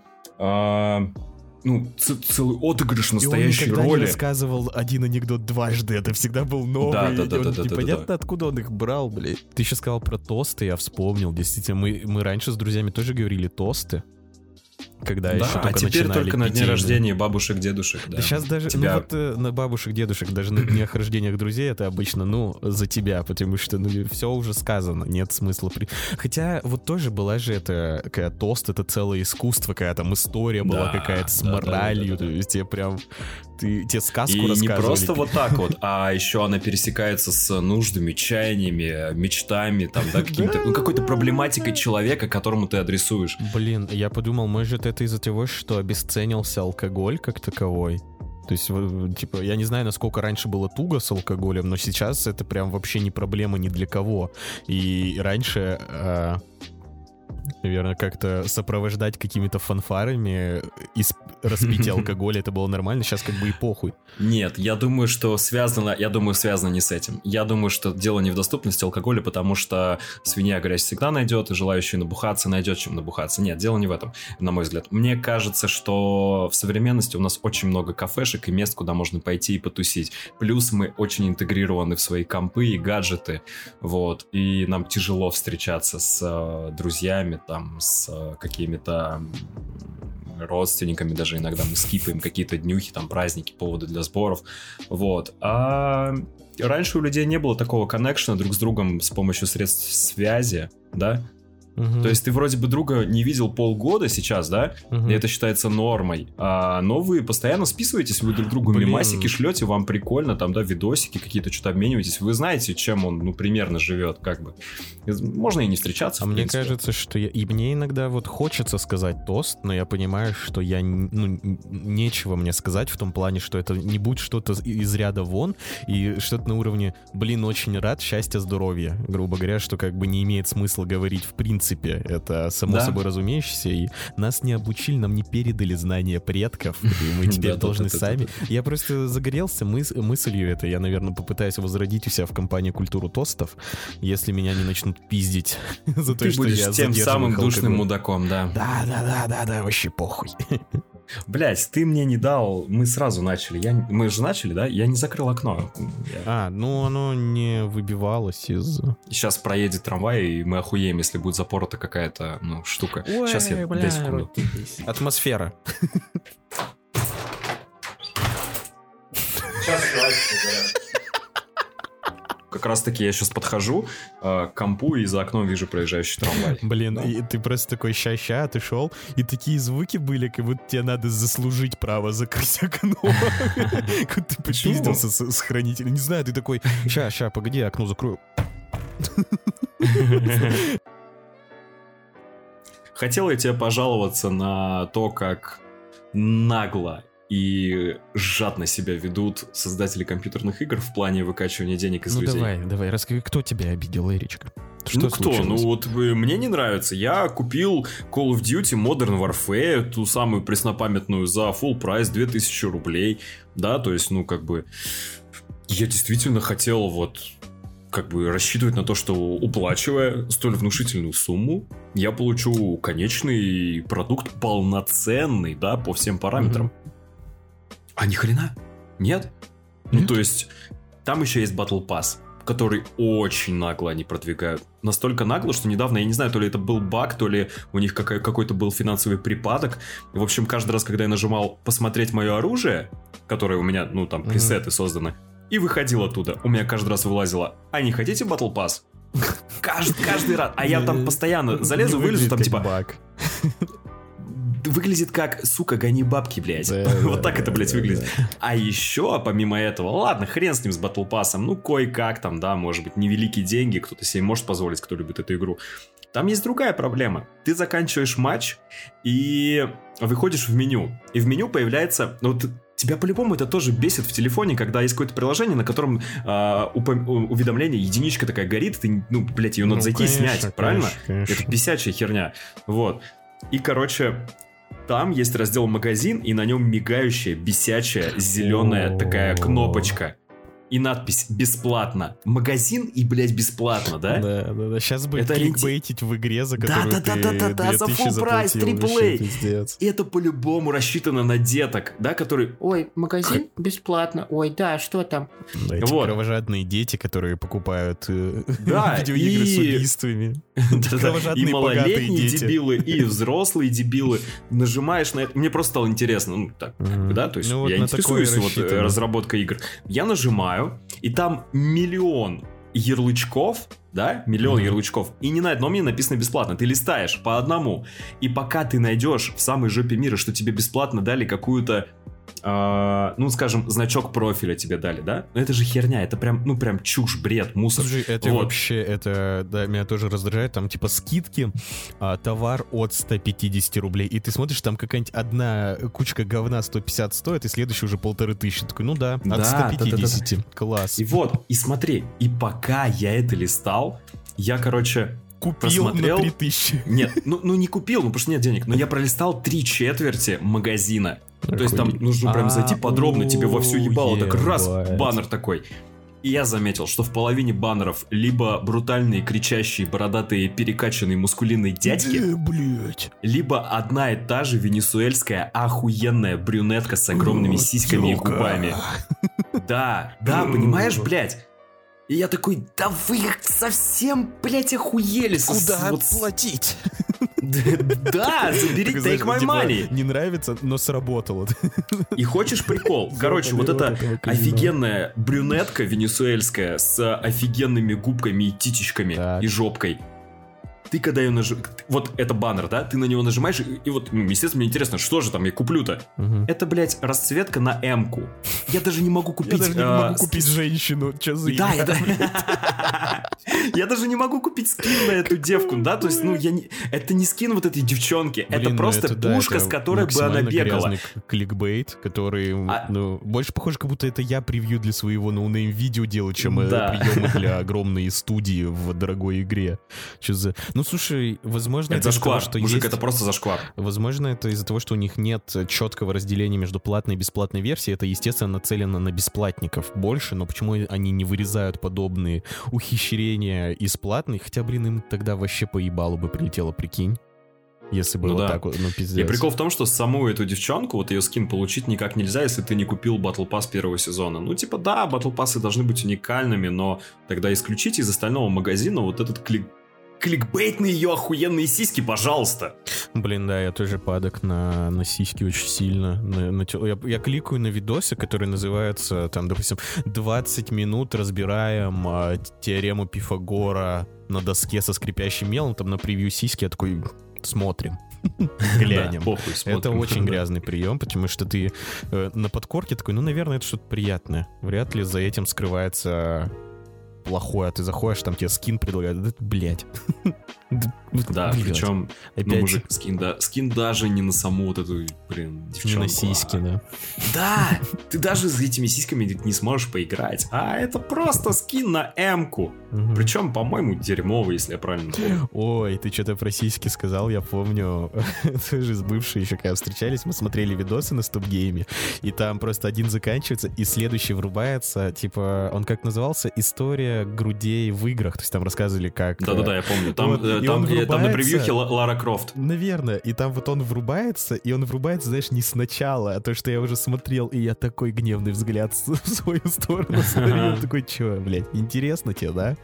целый отыгрыш настоящей роли. И он никогда не рассказывал один анекдот дважды, это всегда был новый. Да. Непонятно, откуда он их брал, блядь. Ты еще сказал про тосты, я вспомнил. Действительно, мы раньше с друзьями тоже говорили тосты. Когда еще только начинали. А теперь только на дне рождения бабушек, дедушек. Да. Сейчас даже, на бабушек, дедушек, даже на днях рождениях друзей это обычно, за тебя, потому что, все уже сказано, нет смысла. Хотя вот тоже была же это, когда тост, это целое искусство, когда там история была какая-то с моралью, то есть тебе прям... Тебе сказку рассказывали. И не просто вот так вот, а еще она пересекается с нуждами, чаяниями, мечтами, там, да, какой-то проблематикой человека, которому ты адресуешь. Блин, я подумал, может, это из-за того, что обесценился алкоголь как таковой? То есть, типа, я не знаю, насколько раньше было туго с алкоголем, но сейчас это прям вообще не проблема ни для кого. И раньше... наверное, как-то сопровождать какими-то фанфарами из распития алкоголя, это было нормально, сейчас как бы и похуй. Нет, я думаю, что связано не с этим. Я думаю, что дело не в доступности алкоголя, потому что свинья грязь всегда найдет, и желающий набухаться найдет, чем набухаться. Нет, дело не в этом, на мой взгляд. Мне кажется, что в современности у нас очень много кафешек и мест, куда можно пойти и потусить. Плюс мы очень интегрированы в свои компы и гаджеты, вот, и нам тяжело встречаться с друзьями, там, с какими-то родственниками, даже иногда мы скипаем какие-то днюхи, там, праздники, поводы для сборов, вот. А раньше у людей не было такого коннекшена друг с другом с помощью средств связи, да? То есть ты вроде бы друга не видел полгода сейчас, да? И это считается нормой. Но вы постоянно списываетесь, вы друг другу мемасики шлете, вам прикольно, там, да, видосики какие-то, что-то обмениваетесь. Вы знаете, чем он, примерно живет, как бы. Можно и не встречаться, в принципе. Мне кажется, что и мне иногда вот хочется сказать тост, но я понимаю, что нечего мне сказать в том плане, что это не будет что-то из ряда вон, и что-то на уровне, очень рад, счастья, здоровья, грубо говоря, что как бы не имеет смысла говорить в принципе. Это само собой разумеющееся, и нас не обучили, нам не передали знания предков, и мы теперь должны сами. Я просто загорелся мыслью этой, я, наверное, попытаюсь возродить у себя в компании культуру тостов, если меня не начнут пиздить за то, что я задерживаю алкоголь. Ты будешь тем самым душным мудаком, да. Да, вообще похуй. Блять, ты мне не дал, мы сразу начали, мы же начали, да? Я не закрыл окно. Оно не выбивалось из... Сейчас проедет трамвай, и мы охуеем, если будет запорота какая-то, штука. Ой, сейчас я, дай секунду. Атмосфера. Сейчас как раз таки я сейчас подхожу к компу и за окном вижу проезжающий трамвай. Блин, и ты просто такой ща-ща, ты шел, и такие звуки были, как будто тебе надо заслужить право закрыть окно. Как ты попиздился с хранителем. Не знаю, ты такой, ща, погоди, я окно закрою. Хотел я тебе пожаловаться на то, как нагло и жадно себя ведут создатели компьютерных игр в плане выкачивания денег из людей. Давай, расскажи, кто тебя обидел, Эричка? Что случилось? Ну вот мне не нравится. Я купил Call of Duty Modern Warfare, ту самую преснопамятную, за full прайс 2000 рублей. Да, то есть, ну, как бы... Я действительно хотел вот... как бы рассчитывать на то, что, уплачивая столь внушительную сумму, я получу конечный продукт полноценный, да, по всем параметрам. А ни хрена. Нет. Ну, то есть, там еще есть Battle Pass, который очень нагло они продвигают. Настолько нагло, что недавно, я не знаю, то ли это был баг, то ли у них какой-то был финансовый припадок. В общем, каждый раз, когда я нажимал «посмотреть мое оружие», которое у меня, ну, там, пресеты созданы, и выходил оттуда, у меня каждый раз вылазило: а не хотите Battle Pass? Каждый раз. А я там постоянно залезу, вылезу, там типа... баг. Выглядит как, сука, гони бабки, блядь. Вот так это, блядь, выглядит. А еще, помимо этого, ладно, хрен с ним, с Battle Pass'ом, ну, кое-как там, да, может быть, невеликие деньги, кто-то себе может позволить, кто любит эту игру. Там есть другая проблема. Ты заканчиваешь матч и выходишь в меню. И в меню появляется... Ну, тебя по-любому это тоже бесит в телефоне, когда есть какое-то приложение, на котором уведомление, единичка такая горит, ты, ну, блядь, ее надо зайти и снять, правильно? Конечно. Это бесячая херня. Вот. И, короче, там есть раздел «Магазин», и на нем мигающая, бесячая, зеленая такая кнопочка. И надпись «Бесплатно». Магазин и, блядь, бесплатно, да? Да. Сейчас будет кликбейтить в игре, за которую ты 2000 за full прайс, AAA. И это по-любому рассчитано на деток, да, которые... Ой, магазин бесплатно. Ой, да, что там? Да, эти Вот. кровожадные дети, которые покупают Да, видеоигры с убийствами. И малолетние дебилы, и взрослые дебилы. Нажимаешь на это... Мне просто стало интересно, ну, так, да, то есть я интересуюсь вот разработкой игр. Я нажимаю, и там миллион ярлычков, да, ярлычков, и ни на одном не написано бесплатно. Ты листаешь по одному, и пока ты найдешь в самой жопе мира, что тебе бесплатно дали какую-то, ну, скажем, значок профиля тебе дали, да? Но это же херня, это прям, ну, прям чушь, бред, мусор. Слушай, это вот. вообще, это, да, меня тоже раздражает, там, типа, скидки, товар от 150 рублей, и ты смотришь, там какая-нибудь одна кучка говна 150 стоит, и следующая уже 1500, такой, ну да, от 150, класс. И вот, и смотри, и пока я это листал, я, короче... Купил просмотрел... на 3000. Нет, ну не купил, ну потому что нет денег. Но я пролистал 3/4 магазина. То есть там нужно прям зайти подробно, тебе во всю ебало. Так раз, баннер такой. И я заметил, что в половине баннеров либо брутальные, кричащие, бородатые, перекачанные, мускулинные дядьки, блять. либо одна и та же венесуэльская охуенная брюнетка с огромными сиськами и губами. Да, понимаешь, блядь? И я такой: да вы совсем, блядь, охуели. Куда платить? Да, забери, take my money. Не нравится, но сработало. И хочешь прикол? Короче, вот эта офигенная брюнетка венесуэльская с офигенными губками и титечками и жопкой. Ты когда ее нажимаешь... Вот это баннер, да? Ты на него нажимаешь, и вот, ну, естественно, мне интересно, что же там я куплю-то? Это, блядь, расцветка на М-ку. Я даже не могу купить... Я даже не могу купить женщину. Че за да, я даже не могу купить скин на эту девку, да? То есть, ну, это не скин вот этой девчонки. Это просто пушка, с которой бы она бегала. Кликбейт, который, ну, больше похоже, как будто это я превью для своего ноунейм-видео делаю, чем приемы для огромной студии в дорогой игре. Че за... Ну, слушай, возможно... Это зашквар, того, что мужик, есть... это просто зашквар. Возможно, это из-за того, что у них нет четкого разделения между платной и бесплатной версией. Это, естественно, нацелено на бесплатников больше, но почему они не вырезают подобные ухищрения из платной? Хотя, блин, им тогда вообще поебало бы прилетело, прикинь. Если бы так вот, ну, пиздец. И прикол в том, что саму эту девчонку, вот ее скин получить никак нельзя, если ты не купил Battle Pass первого сезона. Ну, типа, да, Battle Pass'ы должны быть уникальными, но тогда исключите из остального магазина вот этот кликбейтные ее охуенные сиськи, пожалуйста. Блин, да, я тоже падок на сиськи очень сильно. Я кликаю на видосы, которые называются, там, допустим, 20 минут разбираем теорему Пифагора на доске со скрипящим мелом, там на превью сиськи, я такой, смотрим. Глянем. Это очень грязный прием, потому что ты на подкорке такой, ну, наверное, это что-то приятное. Вряд ли за этим скрывается плохой, а ты заходишь, там тебе скин предлагают, блять. Да, причем, ну, мужик, скин даже не на саму вот эту, девчонку. Не на сиськи, да. Да, ты даже с этими сиськами не сможешь поиграть, а это просто скин на М-ку. Причем, по-моему, дерьмовый, если я правильно помню. Ой, ты что-то про сиськи сказал, я помню, тоже с бывшей еще, когда встречались, мы смотрели видосы на Стоп-гейме, и там просто один заканчивается, и следующий врубается, типа, он как назывался? История грудей в играх, то есть там рассказывали, как... Да-да-да, я помню, там на превьюхе Лара Крофт. Наверное, и там вот он врубается, знаешь, не сначала, а то, что я уже смотрел, и я такой гневный взгляд в свою сторону смотрел, такой, чё, блядь, интересно тебе, да?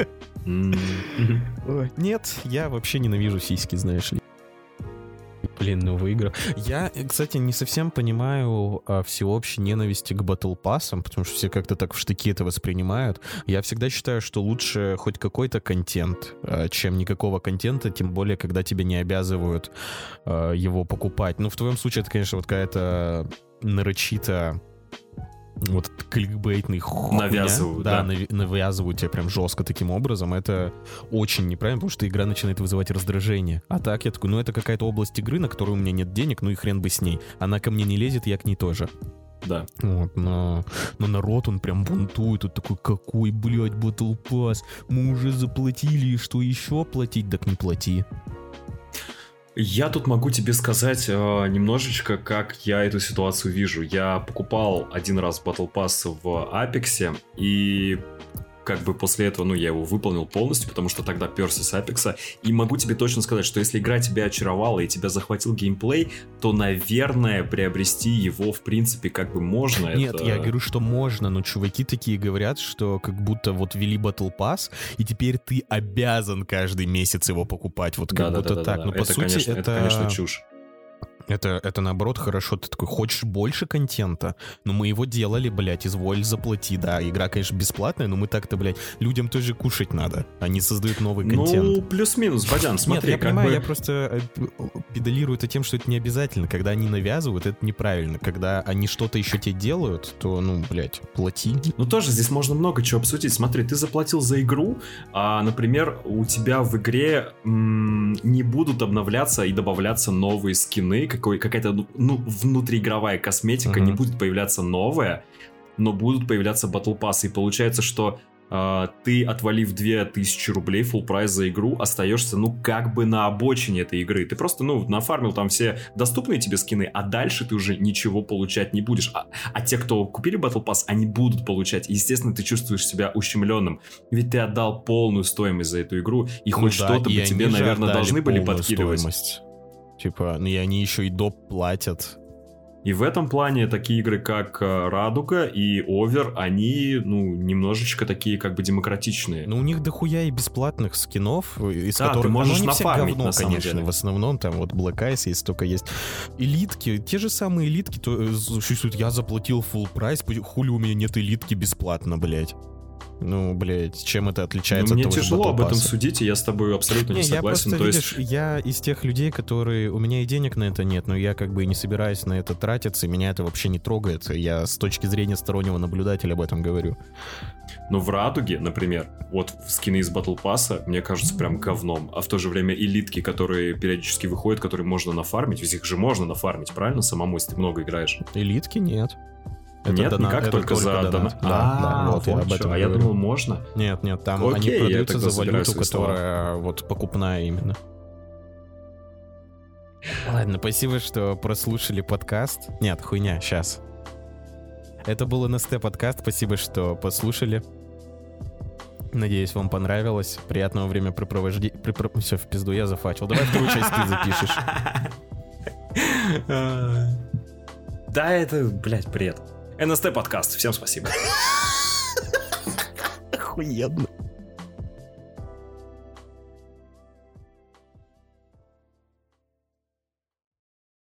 Нет, я вообще ненавижу сиськи, знаешь ли. Блин, ну выиграл. Я, кстати, не совсем понимаю всеобщей ненависти к Battle Pass'ам, потому что все как-то так в штыки это воспринимают. Я всегда считаю, что лучше хоть какой-то контент, чем никакого контента, тем более, когда тебя не обязывают его покупать. Ну, в твоем случае это, конечно, вот какая-то нарочито... Вот кликбейтный хуйня. Навязывают, да. Навязывают тебя прям жестко таким образом. Это очень неправильно, потому что игра начинает вызывать раздражение. А так я такой, ну это какая-то область игры, на которую у меня нет денег, ну и хрен бы с ней. Она ко мне не лезет, я к ней тоже. Да. Вот, но народ, он прям бунтует, он такой, какой, блядь, Battle Pass? Мы уже заплатили, и что еще платить? Так не плати. Я тут могу тебе сказать немножечко, как я эту ситуацию вижу. Я покупал один раз Battle Pass в Apex, и как бы после этого, ну, я его выполнил полностью, потому что тогда перся с Apex, и могу тебе точно сказать, что если игра тебя очаровала и тебя захватил геймплей, то, наверное, приобрести его, в принципе, как бы можно. Нет, я говорю, что можно, но чуваки такие говорят, что как будто вот ввели Battle Pass, и теперь ты обязан каждый месяц его покупать, вот как будто так. Но по сути это, конечно, чушь. Это наоборот хорошо, ты такой, хочешь больше контента? Но мы его делали, блядь, изволь, заплати, да, игра, конечно, бесплатная, но мы так-то, блядь, людям тоже кушать надо, они создают новый контент. Ну, плюс-минус, Бадян, смотри. Нет, я понимаю, я просто педалирую это тем, что это не обязательно, когда они навязывают, это неправильно, когда они что-то еще тебе делают, то, ну, блядь, плати. Ну, тоже здесь можно много чего обсудить, смотри, ты заплатил за игру, а, например, у тебя в игре не будут обновляться и добавляться новые скины, какая-то, ну, внутриигровая косметика, не будет появляться новая, но будут появляться Battle Pass. И получается, что ты, отвалив 2000 рублей full прайс за игру, остаешься, ну, как бы на обочине этой игры. Ты просто, ну, нафармил там все доступные тебе скины, а дальше ты уже ничего получать не будешь. А те, кто купили Battle Pass, они будут получать. И, естественно, ты чувствуешь себя ущемленным. Ведь ты отдал полную стоимость за эту игру, и хоть что-то бы тебе, наверное, должны были подкидывать. Стоимость. Типа, ну и они еще и доп платят. И в этом плане такие игры, как Радуга и Овер, они, ну, немножечко такие, как бы, демократичные. Ну, у них дохуя и бесплатных скинов, из да, которых... ты можешь ну, нафармить, говно, на самом конечно, деле. В основном, там, вот, Black Ice, если только есть. Элитки, те же самые элитки, то существуют, я заплатил full прайс, хули у меня нет элитки бесплатно, блядь. Ну, блядь, чем это отличается от того же Battle Pass'а? Мне тяжело об этом судить, и я с тобой абсолютно не согласен. Я просто, видишь, я из тех людей, которые... У меня и денег на это нет, но я как бы и не собираюсь на это тратиться, и меня это вообще не трогает. Я с точки зрения стороннего наблюдателя об этом говорю. Но в Радуге, например, вот скины из Battle Pass'а, мне кажутся прям говном. А в то же время элитки, которые периодически выходят, которые можно нафармить, ведь их же можно нафармить, правильно? Самому, если ты много играешь. Элитки нет. Это нет, никак, только за донат. Да, вот я об этом говорю. Я думал, можно. Нет, там они продаются за валюту, которая вот покупная именно. Ладно, спасибо, что прослушали подкаст. Нет, хуйня, сейчас. Это был НСТ подкаст, спасибо, что послушали. Надеюсь, вам понравилось. Приятного времяпрепровождения. Все, в пизду, я зафачил. Давай вторую часть ты запишешь. Да, это, блядь, бред. НСТ подкаст. Всем спасибо. Охуенно.